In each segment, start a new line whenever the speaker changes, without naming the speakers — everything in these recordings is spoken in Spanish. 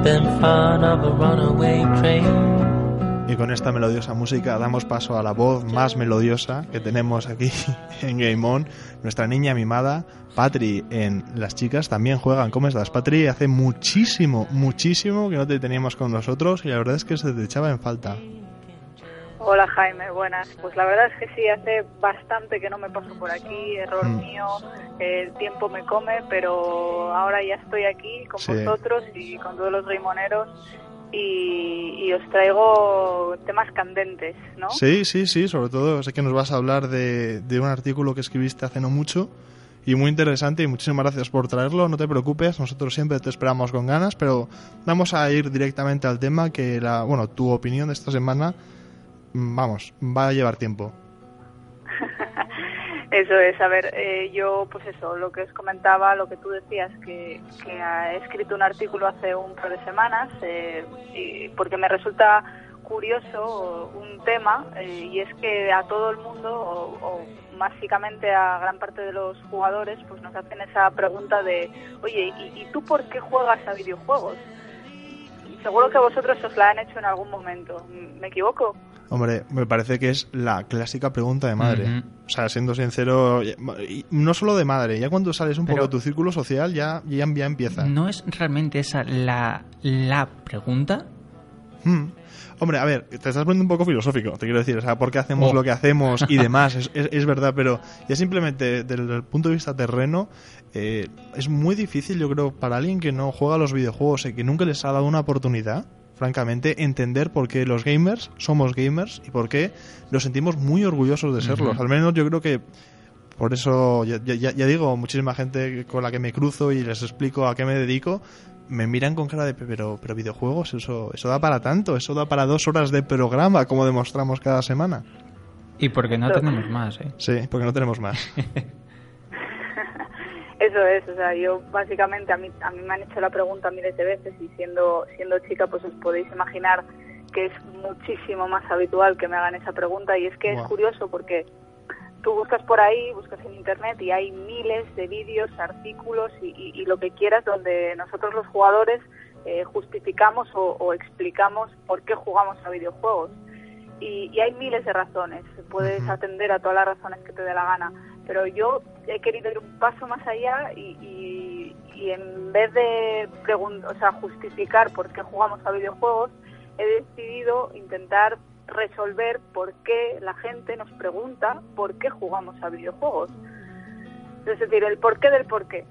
in front of a runaway train.
Y con esta melodiosa música damos paso a la voz más melodiosa que tenemos aquí en Game On, nuestra niña mimada, Patri. En Las Chicas también juegan. ¿Cómo estás, Patri? Hace muchísimo que no te teníamos con nosotros y la verdad es que se te echaba en falta.
Hola Jaime, buenas. Pues la verdad es que sí, hace bastante que no me paso por aquí, error mío, el tiempo me come, pero ahora ya estoy aquí con vosotros y con todos los gamoneros. Y os traigo temas candentes, ¿no?
Sí, sobre todo sé que nos vas a hablar de un artículo que escribiste hace no mucho y muy interesante, y muchísimas gracias por traerlo. No te preocupes, nosotros siempre te esperamos con ganas, pero vamos a ir directamente al tema, que tu opinión de esta semana, va a llevar tiempo.
Eso es, a ver, yo pues eso, lo que os comentaba, lo que tú decías, que he escrito un artículo hace un par de semanas, porque me resulta curioso un tema, y es que a todo el mundo, o básicamente a gran parte de los jugadores, pues nos hacen esa pregunta de, oye, ¿y tú por qué juegas a videojuegos? Seguro que vosotros os la han hecho en algún momento, ¿me equivoco?
Hombre, me parece que es la clásica pregunta de madre. Uh-huh. O sea, siendo sincero, no solo de madre, ya cuando sales un poco de tu círculo social ya empieza.
¿No es realmente esa la pregunta?
Hombre, a ver, te estás poniendo un poco filosófico, te quiero decir, o sea, por qué hacemos lo que hacemos y demás, es verdad, pero ya simplemente desde el punto de vista terreno, es muy difícil, yo creo, para alguien que no juega a los videojuegos y que nunca les ha dado una oportunidad, francamente, entender por qué los gamers somos gamers y por qué nos sentimos muy orgullosos de serlos. Uh-huh. Al menos yo creo que por eso, ya digo, muchísima gente con la que me cruzo y les explico a qué me dedico, me miran con cara de, pero videojuegos, eso da para tanto, eso da para 2 horas de programa, como demostramos cada semana.
Y porque no tenemos más, ¿eh?
Sí, porque no tenemos más.
Eso es, o sea, yo básicamente a mí me han hecho la pregunta miles de veces, y siendo chica pues os podéis imaginar que es muchísimo más habitual que me hagan esa pregunta, y es que es curioso porque tú buscas por ahí, buscas en internet y hay miles de vídeos, artículos y lo que quieras donde nosotros los jugadores justificamos o explicamos por qué jugamos a videojuegos. Y hay miles de razones, puedes atender a todas las razones que te dé la gana, pero yo he querido ir un paso más allá y en vez de justificar por qué jugamos a videojuegos, he decidido intentar resolver por qué la gente nos pregunta por qué jugamos a videojuegos. Es decir, el porqué del porqué.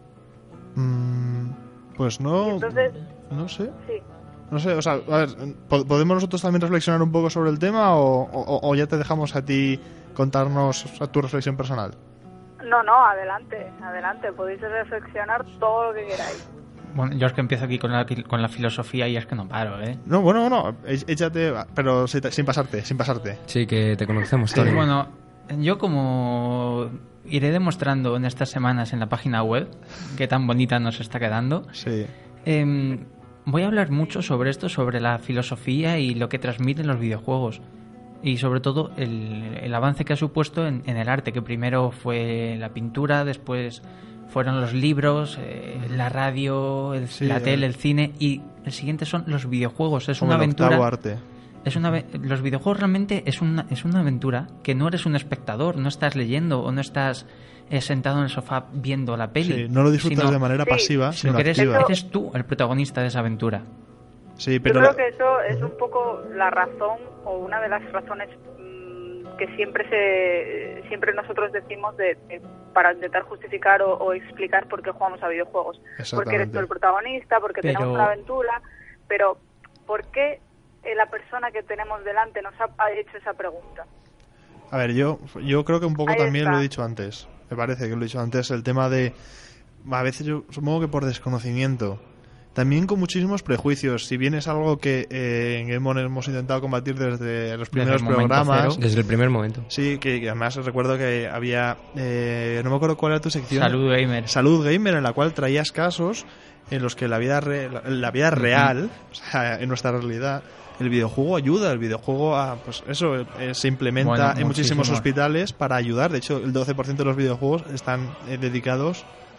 Pues no...
Y entonces,
no sé.
Sí.
No sé, o sea, a ver, ¿podemos nosotros también reflexionar un poco sobre el tema o ya te dejamos a ti contarnos tu reflexión personal?
No, adelante, podéis reflexionar todo lo que queráis.
Bueno, yo es que empiezo aquí con la filosofía y es que no paro, ¿eh?
No, bueno, échate, pero sin pasarte.
Sí, que te conocemos, Tony.
Bueno, yo como iré demostrando en estas semanas en la página web, que tan bonita nos está quedando,
sí.
Voy a hablar mucho sobre esto, sobre la filosofía y lo que transmiten los videojuegos. Y sobre todo el avance que ha supuesto en el arte, que primero fue la pintura, después fueron los libros, la radio, la tele, el cine, y el siguiente son los videojuegos. Es una aventura.
Arte.
Los videojuegos realmente es una aventura que no eres un espectador, no estás leyendo o no estás sentado en el sofá viendo la peli.
Sí, no lo disfrutas de manera pasiva, sino
que
activa.
eres tú el protagonista de esa aventura.
Sí, pero
yo creo que eso es un poco la razón, o una de las razones que siempre nosotros decimos para intentar justificar o explicar por qué jugamos a videojuegos. Porque eres tú el protagonista, porque tenemos una aventura, pero ¿por qué la persona que tenemos delante nos ha hecho esa pregunta?
A ver, yo creo que un poco también lo he dicho antes. Me parece que lo he dicho antes, el tema de... A veces yo supongo que por desconocimiento, también con muchísimos prejuicios. Si bien es algo que en Game On hemos intentado combatir desde los primeros programas.
Desde el primer momento.
Sí, que además recuerdo que había... no me acuerdo cuál era tu sección.
Salud
Gamer, en la cual traías casos en los que la vida real, o sea, en nuestra realidad, el videojuego ayuda. El videojuego se implementa en muchísimos hospitales para ayudar. De hecho, el 12% de los videojuegos están dedicados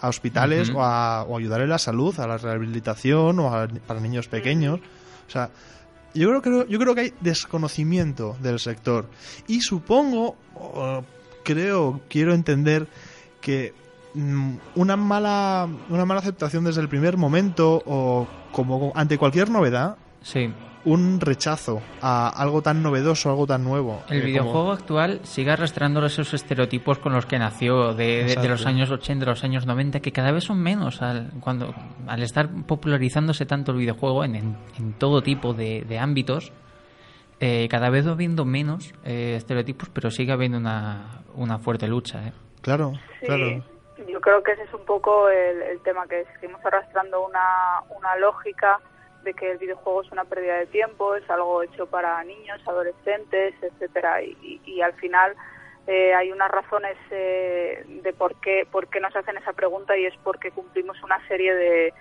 a hospitales o ayudar en la salud, a la rehabilitación para niños pequeños. O sea, yo creo que hay desconocimiento del sector y supongo, quiero entender que una mala aceptación desde el primer momento, o como ante cualquier novedad,
sí,
un rechazo a algo tan novedoso, algo tan nuevo.
El videojuego actual sigue arrastrando esos estereotipos con los que nació de los años 80, de los años 90, que cada vez son menos al estar popularizándose tanto el videojuego en todo tipo de ámbitos. Cada vez va habiendo menos estereotipos, pero sigue habiendo una fuerte lucha.
Claro,
sí,
claro.
Yo creo que ese es un poco el tema, que seguimos arrastrando una lógica de que el videojuego es una pérdida de tiempo, es algo hecho para niños, adolescentes, etcétera, y al final hay unas razones de por qué nos hacen esa pregunta, y es porque cumplimos una serie de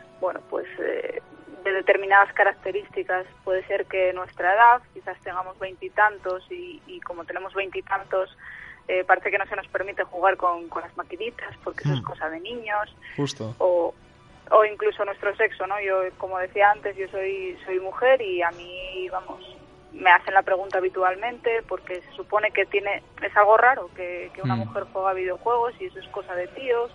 determinadas características. Puede ser que nuestra edad, quizás tengamos 20 y tantos, y como tenemos 20 y tantos, parece que no se nos permite jugar con las maquinitas porque eso es cosa de niños.
Justo.
O incluso nuestro sexo, ¿no? Yo, como decía antes, yo soy mujer, y a mí, me hacen la pregunta habitualmente porque se supone que es algo raro que una mujer juega videojuegos y eso es cosa de tíos.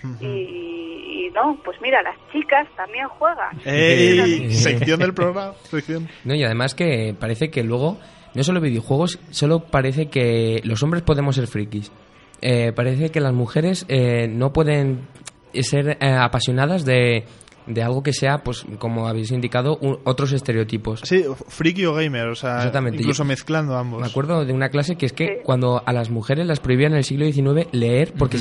Y no, pues mira, las chicas también juegan.
Sección del programa. Sección.
No, y además que parece que luego, no solo videojuegos, solo parece que los hombres podemos ser frikis. Parece que las mujeres no pueden ser apasionadas de algo que sea, pues como habéis indicado, otros estereotipos.
Sí, friki o gamer, o sea, incluso mezclando ambos.
Me acuerdo de una clase que es que cuando a las mujeres las prohibían en el siglo XIX leer, porque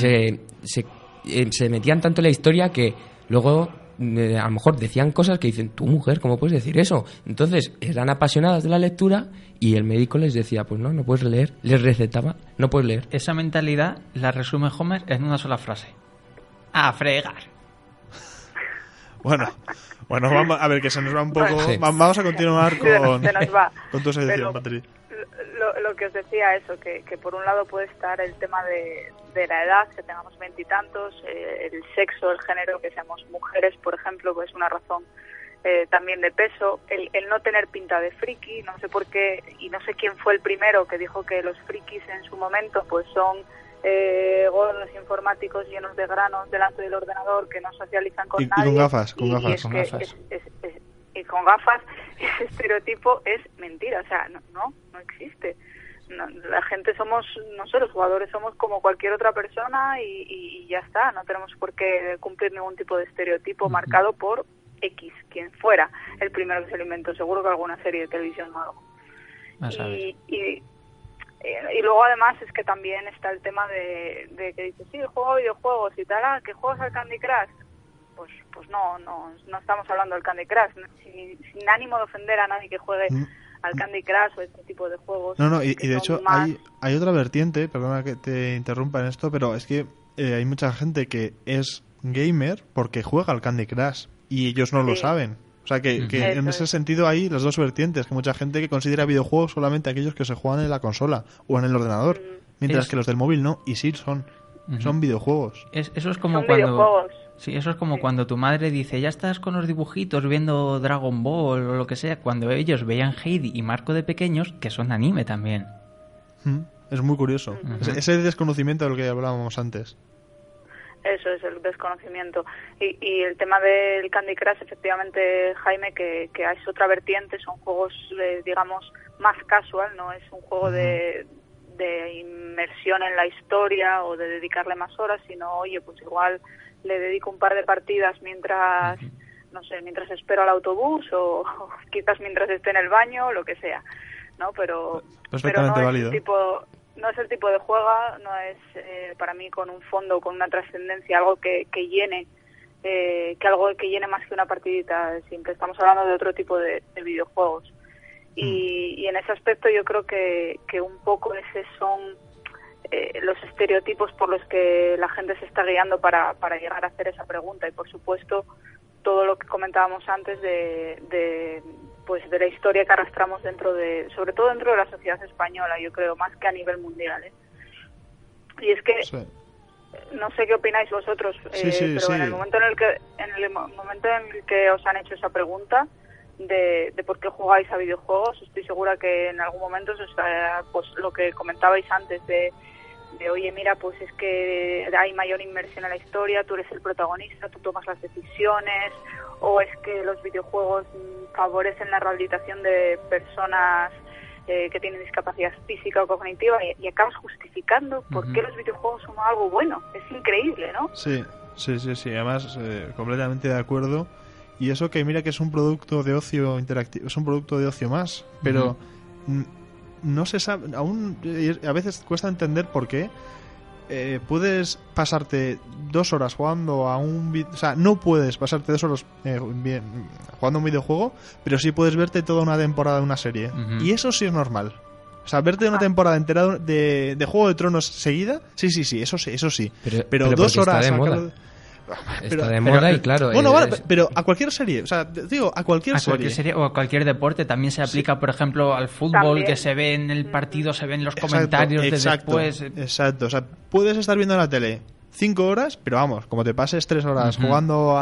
se metían tanto en la historia que luego a lo mejor decían cosas que dicen, tú mujer, ¿cómo puedes decir eso? Entonces eran apasionadas de la lectura y el médico les decía, pues no puedes leer, les recetaba, no puedes leer.
Esa mentalidad la resume Homer en una sola frase: a fregar.
Bueno, vamos a ver, que se nos va un poco. Sí. Vamos a continuar con tu sección, Patri.
Lo que os decía, eso, que por un lado puede estar el tema de la edad, que tengamos 20 y tantos, el sexo, el género, que seamos mujeres, por ejemplo, pues es una razón también de peso, el no tener pinta de friki. No sé por qué, y no sé quién fue el primero que dijo que los frikis en su momento pues son gordos informáticos llenos de granos delante del ordenador que no socializan con nadie.
Y con gafas.
Y con gafas, ese estereotipo es mentira, o sea, no existe. No, la gente nosotros los jugadores somos como cualquier otra persona y ya está, no tenemos por qué cumplir ningún tipo de estereotipo marcado por X, quien fuera el primero que se lo inventó, seguro que alguna serie de televisión o algo. Y luego además es que también está el tema de que dices, sí, juego videojuegos y tal, ¿que juegas al Candy Crush? Pues no estamos hablando del Candy Crush, sin ánimo de ofender a nadie que juegue al Candy Crush o este tipo de juegos.
Y de hecho hay otra vertiente, perdona que te interrumpa en esto, pero es que hay mucha gente que es gamer porque juega al Candy Crush y ellos no lo saben. O sea que en ese sentido hay las dos vertientes, que mucha gente que considera videojuegos solamente aquellos que se juegan en la consola o en el ordenador, mientras que los del móvil no, y sí son videojuegos.
Eso es como cuando... Sí, eso es como cuando tu madre dice, ya estás con los dibujitos viendo Dragon Ball o lo que sea, cuando ellos veían Heidi y Marco de pequeños, que son anime también.
Es muy curioso. Ese desconocimiento del que hablábamos antes.
Eso es el desconocimiento. Y el tema del Candy Crush, efectivamente, Jaime, que es otra vertiente, son juegos, digamos, más casual, no es un juego de inmersión en la historia o de dedicarle más horas, sino, oye, pues igual le dedico un par de partidas mientras, mientras espero al autobús o quizás mientras esté en el baño, lo que sea, ¿no? Pero
perfectamente válido.
No es el tipo de juego, no es para mí con un fondo, con una trascendencia, algo que llene, algo que llene más que una partidita simple. Estamos hablando de otro tipo de videojuegos. Y en ese aspecto yo creo que un poco esos son los estereotipos por los que la gente se está guiando para llegar a hacer esa pregunta. Y por supuesto todo lo que comentábamos antes de la historia que arrastramos sobre todo dentro de la sociedad española, yo creo, más que a nivel mundial, Y es que no sé qué opináis vosotros, pero en el momento en el que os han hecho esa pregunta de por qué jugáis a videojuegos, estoy segura que en algún momento pues lo que comentabais antes de oye, mira, pues es que hay mayor inmersión en la historia, tú eres el protagonista, tú tomas las decisiones, o es que los videojuegos favorecen la rehabilitación de personas que tienen discapacidad física o cognitiva, y acabas justificando por qué los videojuegos son algo bueno. Es increíble, ¿no?
Sí. Además, completamente de acuerdo. Y eso que mira que es un producto de ocio interactivo, es un producto de ocio más, pero no se sabe, aún a veces cuesta entender por qué. Puedes pasarte 2 horas jugando a o sea, no puedes pasarte 2 horas jugando a un videojuego, pero sí puedes verte toda una temporada de una serie. Y eso sí es normal. O sea, verte una temporada entera de Juego de Tronos seguida, sí, eso sí. Pero 2 horas...
Está de moda y claro...
Bueno, vale, pero a cualquier serie, o sea, digo, a cualquier serie
o a cualquier deporte también se aplica, por ejemplo, al fútbol, también. Que se ve en el partido, se ven los comentarios de después.
Exacto, o sea, puedes estar viendo la tele 5 horas, pero vamos, como te pases 3 horas jugando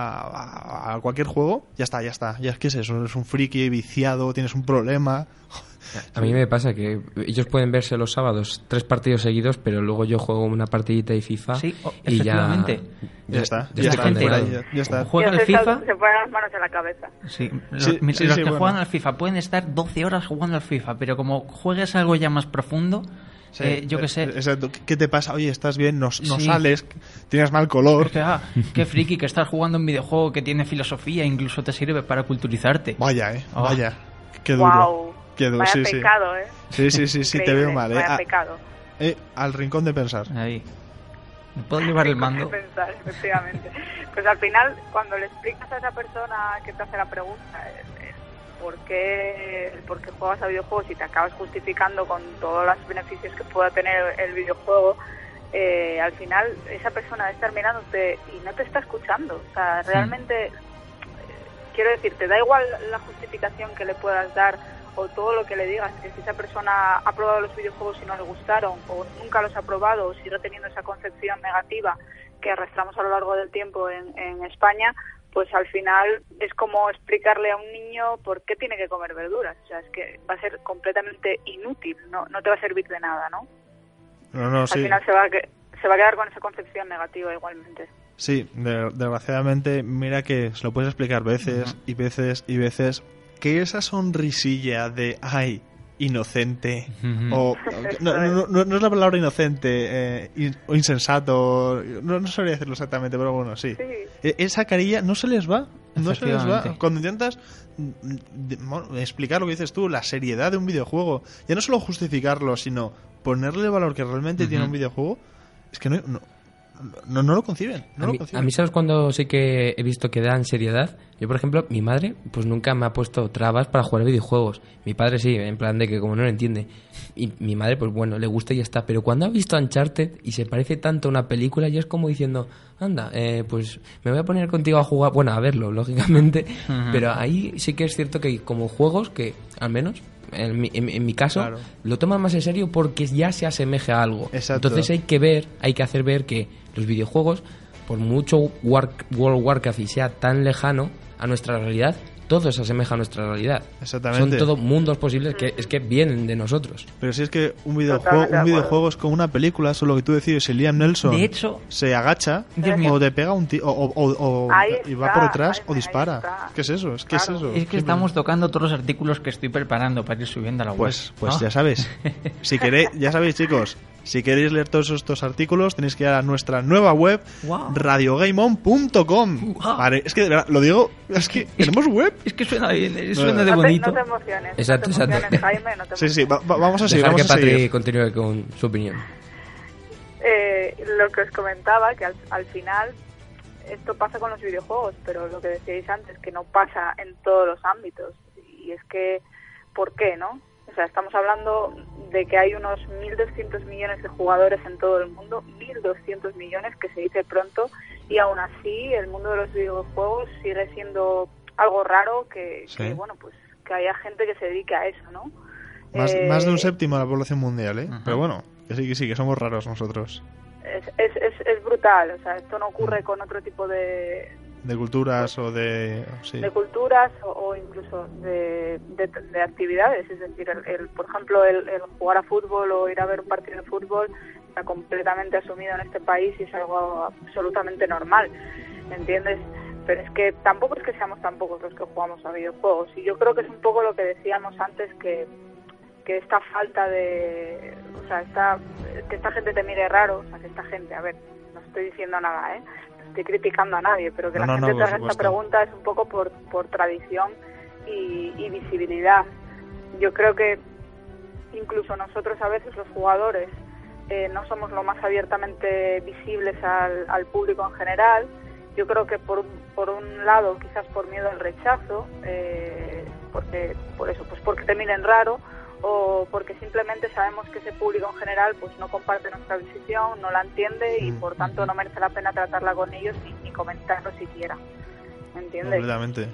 a cualquier juego, ya está, ya es que es eso, eres un friki viciado, tienes un problema...
A mí me pasa que ellos pueden verse los sábados 3 partidos seguidos, pero luego yo juego una partidita de FIFA y
efectivamente.
Ya está.
Juega al FIFA.
Se ponen las manos en la cabeza.
Sí, los que juegan al FIFA pueden estar 12 horas jugando al FIFA, pero como juegues algo ya más profundo, yo qué sé.
Exacto. ¿Qué te pasa? Oye, ¿estás bien? No sales, tienes mal color.
Qué friki que estás jugando un videojuego que tiene filosofía, incluso te sirve para culturizarte.
Vaya, vaya. Qué duro.
Wow. Vaya pecado,
Sí, te veo mal,
Vaya pecado.
Al rincón de pensar.
Ahí. ¿Me puedo llevar el mando?
De pensar, efectivamente. Pues al final, cuando le explicas a esa persona que te hace la pregunta por qué juegas a videojuegos y te acabas justificando con todos los beneficios que pueda tener el videojuego, al final esa persona está mirándote y no te está escuchando. O sea, realmente, quiero decir, te da igual la justificación que le puedas dar o todo lo que le digas, que si esa persona ha probado los videojuegos y no le gustaron, o nunca los ha probado, o sigue teniendo esa concepción negativa que arrastramos a lo largo del tiempo en España, pues al final es como explicarle a un niño por qué tiene que comer verduras. O sea, es que va a ser completamente inútil, no te va a servir de nada, ¿no?
No, sí.
Al final se va a quedar con esa concepción negativa igualmente.
Sí, desgraciadamente, mira que se lo puedes explicar veces y veces y veces, que esa sonrisilla de ¡ay! Inocente, o no es la palabra inocente, o insensato, no sabría decirlo exactamente, pero bueno, sí. Esa carilla no se les va. Cuando intentas explicar lo que dices tú, la seriedad de un videojuego, ya no solo justificarlo, sino ponerle el valor que realmente tiene un videojuego, es que no lo conciben.
A mí, ¿sabes cuando sí que he visto que dan seriedad? Yo, por ejemplo, mi madre pues nunca me ha puesto trabas para jugar videojuegos. Mi padre sí, en plan de que como no lo entiende. Y mi madre, pues bueno, le gusta y ya está. Pero cuando ha visto Uncharted y se parece tanto a una película, ya es como diciendo, anda, pues me voy a poner contigo a jugar. Bueno, a verlo, lógicamente. Pero ahí sí que es cierto que hay como juegos que, al menos... En mi caso, claro, lo toman más en serio porque ya se asemeja a algo.
Exacto.
Entonces hay que hacer ver que los videojuegos, por mucho World of Warcraft y sea tan lejano a nuestra realidad, todo se asemeja a nuestra realidad.
Exactamente.
Son todos mundos posibles que es que vienen de nosotros.
Pero si es que un videojuego es como una película, solo que tú decides si Liam Neeson
de hecho,
se agacha o te pega un tiro o y va por detrás o dispara. ¿Qué es eso? Es que
estamos tocando todos los artículos que estoy preparando para ir subiendo a la web.
Pues ya sabes. Si queréis, ya sabéis, chicos. Si queréis leer todos estos artículos, tenéis que ir a nuestra nueva web, radiogameon.com. Vale, es que de verdad, lo digo, es que tenemos web.
Es que suena bien, suena de bonito.
No te emociones.
Exacto.
Jaime, no te emociones.
Sí, vamos a seguir.
Dejar que Patri continúe con su opinión.
Lo que os comentaba, que al final esto pasa con los videojuegos, pero lo que decíais antes, que no pasa en todos los ámbitos. Y es que, ¿por qué, no? O sea, estamos hablando de que hay unos 1.200 millones de jugadores en todo el mundo, 1.200 millones, que se dice pronto, y aún así el mundo de los videojuegos sigue siendo algo raro que bueno, pues que haya gente que se dedique a eso, ¿no?
Más de un séptimo de la población mundial, ¿eh? Pero bueno, que sí, que somos raros nosotros.
Es brutal, o sea, esto no ocurre con otro tipo de
culturas o de... Sí.
De culturas o incluso de actividades, es decir, por ejemplo, el jugar a fútbol o ir a ver un partido de fútbol está completamente asumido en este país y es algo absolutamente normal, ¿entiendes? Pero es que tampoco es que seamos tan pocos los que jugamos a videojuegos, y yo creo que es un poco lo que decíamos antes, que esta falta de... O sea, que esta gente te mire raro, o sea, que esta gente, a ver, no estoy diciendo nada, no estoy criticando a nadie, pero que la gente te haga esta pregunta es un poco por tradición y visibilidad. Yo creo que incluso nosotros a veces, los jugadores, no somos lo más abiertamente visibles al público en general. Yo creo que por un lado, quizás por miedo al rechazo, porque te miren raro, o porque simplemente sabemos que ese público en general pues no comparte nuestra visión, no la entiende y por tanto no merece la pena tratarla con ellos ni comentarlo siquiera, ¿entiendes?
Completamente.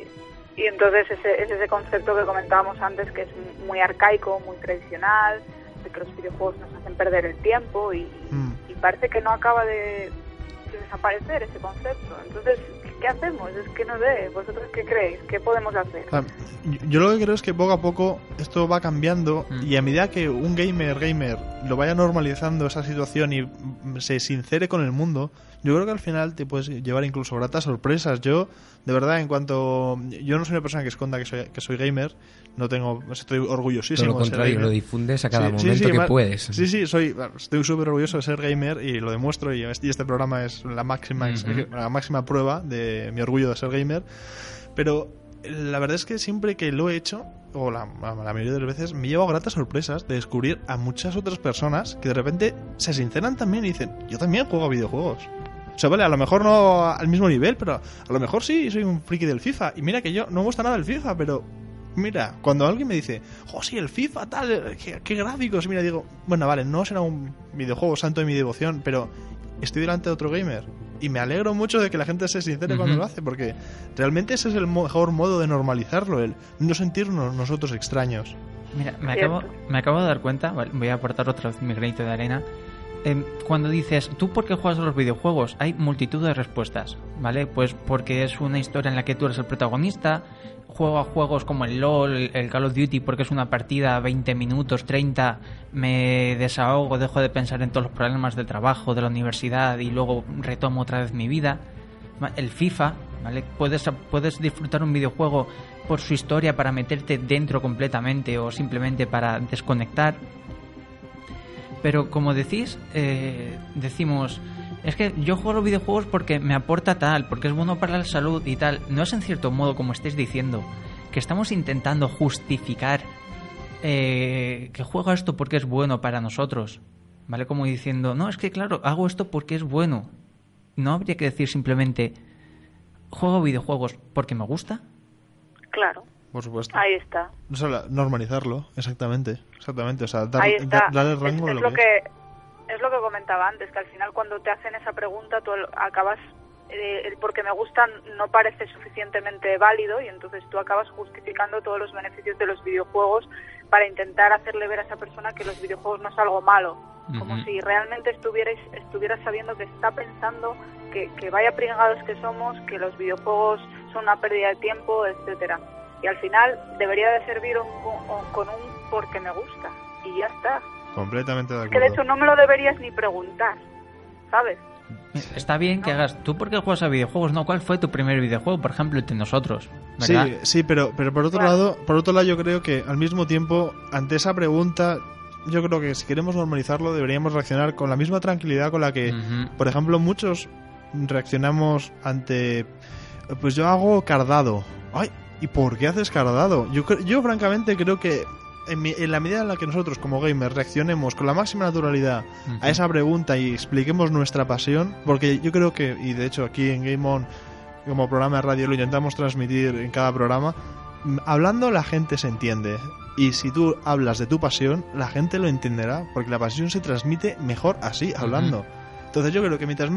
Y entonces ese concepto que comentábamos antes, que es muy arcaico, muy tradicional, de que los videojuegos nos hacen perder el tiempo y parece que no acaba de desaparecer ese concepto. Entonces, ¿qué hacemos? Es que no sé, ¿vosotros qué creéis? ¿Qué podemos hacer?
Yo lo que creo es que poco a poco esto va cambiando y a medida que un gamer lo vaya normalizando esa situación y se sincere con el mundo, yo creo que al final te puedes llevar incluso gratas sorpresas. Yo, de verdad, yo no soy una persona que esconda que soy gamer, estoy orgullosísimo.
Todo lo contrario, lo difundes a cada momento que puedes.
Sí, estoy súper orgulloso de ser gamer y lo demuestro, y este programa es la máxima prueba de mi orgullo de ser gamer. Pero la verdad es que siempre que lo he hecho, o la mayoría de las veces, me he llevado gratas sorpresas de descubrir a muchas otras personas que de repente se sinceran también y dicen, yo también juego a videojuegos. O sea, vale, a lo mejor no al mismo nivel, pero a lo mejor sí, soy un friki del FIFA. Y mira que yo no me gusta nada el FIFA, pero mira, cuando alguien me dice, sí, el FIFA, tal, qué gráficos, mira, digo, bueno, vale, no será un videojuego santo de mi devoción, pero estoy delante de otro gamer. Y me alegro mucho de que la gente se sincere cuando lo hace, porque realmente ese es el mejor modo de normalizarlo, el no sentirnos nosotros extraños.
Mira, me acabo de dar cuenta, vale, voy a aportar otra vez mi granito de arena. Cuando dices, ¿tú por qué juegas a los videojuegos? Hay multitud de respuestas, ¿vale? Pues porque es una historia en la que tú eres el protagonista. Juego a juegos como el LOL, el Call of Duty, porque es una partida 20 minutos, 30, me desahogo, dejo de pensar en todos los problemas del trabajo, de la universidad y luego retomo otra vez mi vida. El FIFA, ¿vale? Puedes disfrutar un videojuego por su historia para meterte dentro completamente o simplemente para desconectar. Pero como decimos, es que yo juego a los videojuegos porque me aporta tal, porque es bueno para la salud y tal. No es en cierto modo, como estáis diciendo, que estamos intentando justificar que juego a esto porque es bueno para nosotros, ¿vale? Como diciendo, no, es que claro, hago esto porque es bueno. ¿No habría que decir simplemente, juego a videojuegos porque me gusta?
Claro.
Por supuesto.
Ahí está.
O sea, normalizarlo, exactamente. O sea, darle el rango de lo que es.
Es lo que comentaba antes, que al final cuando te hacen esa pregunta tú acabas, el porque me gustan no parece suficientemente válido y entonces tú acabas justificando todos los beneficios de los videojuegos para intentar hacerle ver a esa persona que los videojuegos no es algo malo. Como si realmente estuvieras sabiendo que está pensando que vaya pringados que somos, que los videojuegos son una pérdida de tiempo, etcétera. Y al final debería de servir con un porque me gusta y ya está.
Completamente de acuerdo.
Que de hecho no me lo deberías ni preguntar, ¿sabes?
Está bien que hagas... ¿Tú por qué juegas a videojuegos? No, ¿cuál fue tu primer videojuego, por ejemplo, entre nosotros? ¿Verdad?
Sí, pero por otro lado yo creo que al mismo tiempo, ante esa pregunta, yo creo que si queremos normalizarlo deberíamos reaccionar con la misma tranquilidad con la que, por ejemplo, muchos reaccionamos ante... Pues yo hago cardado. ¡Ay! ¿Y por qué haces cardado? Yo francamente creo que en la medida en la que nosotros como gamers reaccionemos con la máxima naturalidad a esa pregunta y expliquemos nuestra pasión, porque yo creo que, y de hecho aquí en Game On como programa de radio lo intentamos transmitir en cada programa, hablando la gente se entiende, y si tú hablas de tu pasión la gente lo entenderá, porque la pasión se transmite mejor así, hablando. Entonces yo creo que mientras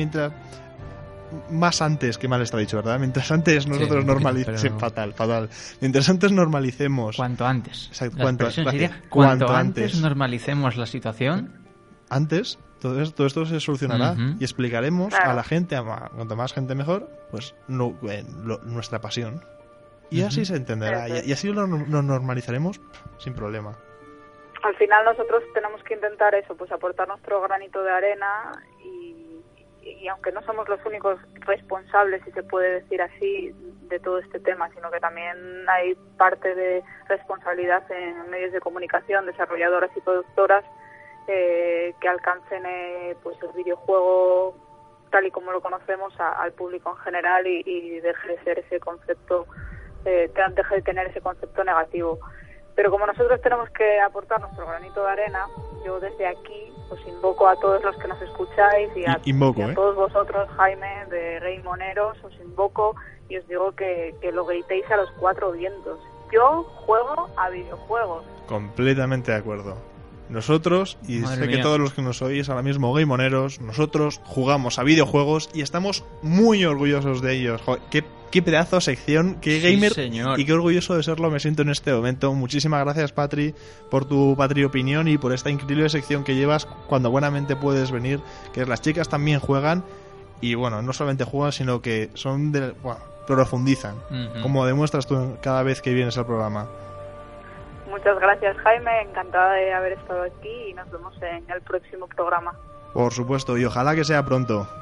más antes, que mal está dicho, ¿verdad? Mientras antes nosotros normalicemos... Sí, fatal. Mientras antes normalicemos...
Cuanto antes.
Exacto,
cuanto antes normalicemos la situación...
Antes, todo esto se solucionará y explicaremos a la gente, cuanto más gente mejor, pues nuestra pasión. Y así se entenderá, y así lo normalizaremos sin problema.
Al final nosotros tenemos que intentar eso, pues aportar nuestro granito de arena y aunque no somos los únicos responsables, si se puede decir así, de todo este tema, sino que también hay parte de responsabilidad en medios de comunicación, desarrolladoras y productoras que alcancen pues el videojuego tal y como lo conocemos al público en general y deje de ser ese concepto, deje de tener ese concepto negativo. Pero como nosotros tenemos que aportar nuestro granito de arena, yo desde aquí os invoco a todos los que nos escucháis y a todos vosotros, Jaime, de Game Moneros, os invoco y os digo que lo gritéis a los 4 vientos. Yo juego a videojuegos.
Completamente de acuerdo. Nosotros, y sé que todos los que nos oís ahora mismo, Game Moneros, nosotros jugamos a videojuegos y estamos muy orgullosos de ellos. Joder, qué pedazo de sección, qué gamer,
señor.
Y qué orgulloso de serlo me siento en este momento. Muchísimas gracias, Patri, por tu Patri opinión y por esta increíble sección que llevas cuando buenamente puedes venir, que las chicas también juegan y bueno, no solamente juegan, sino que son profundizan, como demuestras tú cada vez que vienes al programa.
Muchas gracias, Jaime, encantada de haber estado aquí y nos vemos en el próximo programa.
Por supuesto, y ojalá que sea pronto.